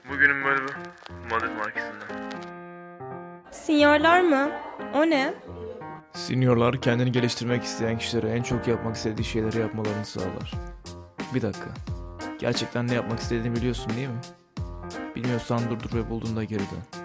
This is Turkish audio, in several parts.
Bugünün böyle bir Madrid marketinden. Sinyorlar mı? O ne? Seniorlar kendini geliştirmek isteyen kişilere en çok yapmak istediği şeyleri yapmalarını sağlar. Bir dakika. Gerçekten ne yapmak istediğini biliyorsun değil mi? Bilmiyorsan durdur ve bulduğunda geri dön.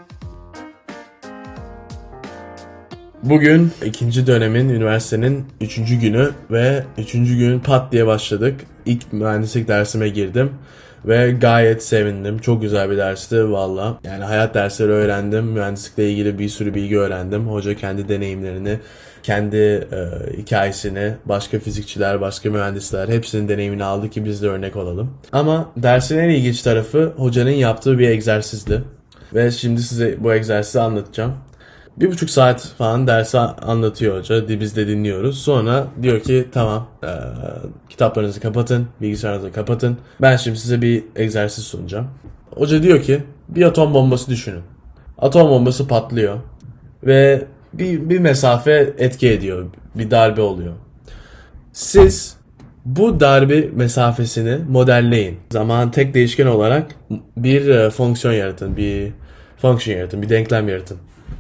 Bugün ikinci dönemin üniversitenin 3. günü ve 3. gün pat diye başladık. İlk mühendislik dersime girdim ve gayet sevindim. Çok güzel bir dersti valla. Yani hayat dersleri öğrendim. Mühendislikle ilgili bir sürü bilgi öğrendim. Hoca kendi deneyimlerini, kendi hikayesini, başka fizikçiler, başka mühendisler hepsinin deneyimini aldı ki biz de örnek olalım. Ama dersin en ilginç tarafı hocanın yaptığı bir egzersizdi. Ve şimdi size bu egzersizi anlatacağım. 1,5 saat falan dersi anlatıyor hoca. Biz de dinliyoruz. Sonra diyor ki tamam kitaplarınızı kapatın, bilgisayarınızı kapatın. Ben şimdi size bir egzersiz sunacağım. Hoca diyor ki bir atom bombası düşünün. Atom bombası patlıyor ve bir mesafe etki ediyor. Bir darbe oluyor. Siz bu darbe mesafesini modelleyin. Zaman tek değişken olarak bir fonksiyon yaratın, bir denklem yaratın.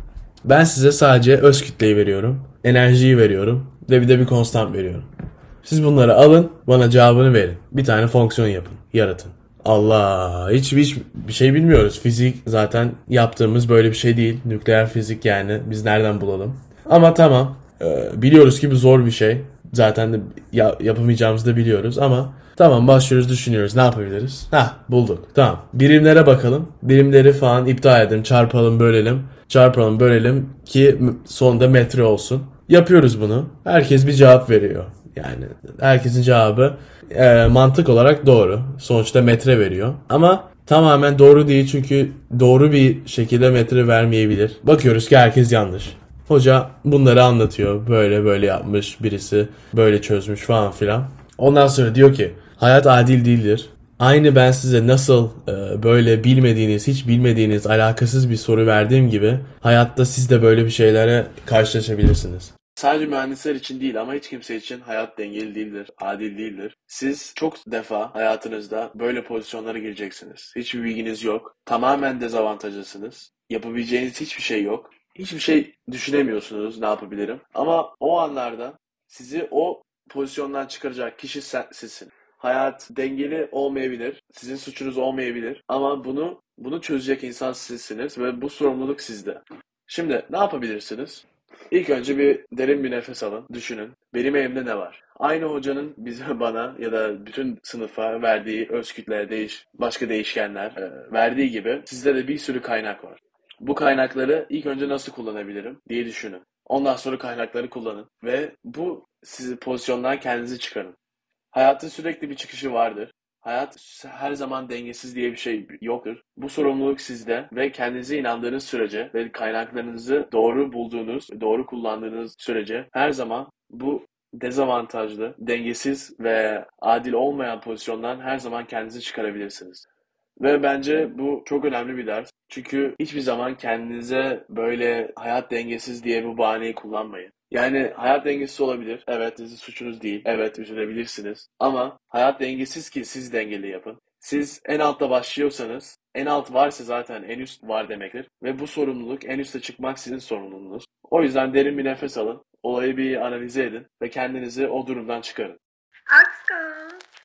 Ben size sadece öz kütleyi veriyorum, enerjiyi veriyorum ve bir de bir konstant veriyorum. Siz bunları alın, bana cevabını verin. Bir tane fonksiyon yapın, yaratın. Allah, hiç bir şey bilmiyoruz. Fizik zaten yaptığımız böyle bir şey değil. Nükleer fizik yani biz nereden bulalım? Ama tamam, biliyoruz ki bu zor bir şey. Zaten de yapamayacağımızı da biliyoruz ama tamam başlıyoruz düşünüyoruz. Ne yapabiliriz? Bulduk. Tamam. Birimlere bakalım. Birimleri falan iptal edin. Çarpalım bölelim. Çarpalım bölelim ki sonunda metre olsun. Yapıyoruz bunu. Herkes bir cevap veriyor. Yani herkesin cevabı mantık olarak doğru. Sonuçta metre veriyor. Ama tamamen doğru değil çünkü doğru bir şekilde metre vermeyebilir. Bakıyoruz ki herkes yanlış. Hoca bunları anlatıyor. Böyle böyle yapmış birisi. Böyle çözmüş falan filan. Ondan sonra diyor ki hayat adil değildir. Aynı ben size nasıl böyle bilmediğiniz, hiç bilmediğiniz, alakasız bir soru verdiğim gibi hayatta siz de böyle bir şeylere karşılaşabilirsiniz. Sadece mühendisler için değil ama hiç kimse için hayat dengeli değildir, adil değildir. Siz çok defa hayatınızda böyle pozisyonlara gireceksiniz. Hiçbir bilginiz yok. Tamamen dezavantajlısınız. Yapabileceğiniz hiçbir şey yok. Hiçbir şey düşünemiyorsunuz ne yapabilirim. Ama o anlarda sizi o pozisyondan çıkaracak kişi sizsiniz. Hayat dengeli olmayabilir, sizin suçunuz olmayabilir ama bunu çözecek insan sizsiniz ve bu sorumluluk sizde. Şimdi ne yapabilirsiniz? İlk önce derin bir nefes alın, düşünün. Benim elimde ne var? Aynı hocanın bana ya da bütün sınıfa verdiği öz kütle, başka değişkenler verdiği gibi sizde de bir sürü kaynak var. Bu kaynakları ilk önce nasıl kullanabilirim diye düşünün. Ondan sonra kaynakları kullanın ve bu sizi pozisyondan kendinizi çıkarın. Hayatın sürekli bir çıkışı vardır. Hayat her zaman dengesiz diye bir şey yoktur. Bu sorumluluk sizde ve kendinize inandığınız sürece ve kaynaklarınızı doğru bulduğunuz, doğru kullandığınız sürece her zaman bu dezavantajlı, dengesiz ve adil olmayan pozisyondan her zaman kendinizi çıkarabilirsiniz. Ve bence bu çok önemli bir ders. Çünkü hiçbir zaman kendinize böyle hayat dengesiz diye bu bahaneyi kullanmayın. Yani hayat dengesiz olabilir. Evet, sizin suçunuz değil. Evet, üzülebilirsiniz. Ama hayat dengesiz ki siz dengeli yapın. Siz en altta başlıyorsanız, en alt varsa zaten en üst var demektir. Ve bu sorumluluk en üste çıkmak sizin sorumluluğunuz. O yüzden derin bir nefes alın. Olayı bir analize edin ve kendinizi o durumdan çıkarın. Aşkım.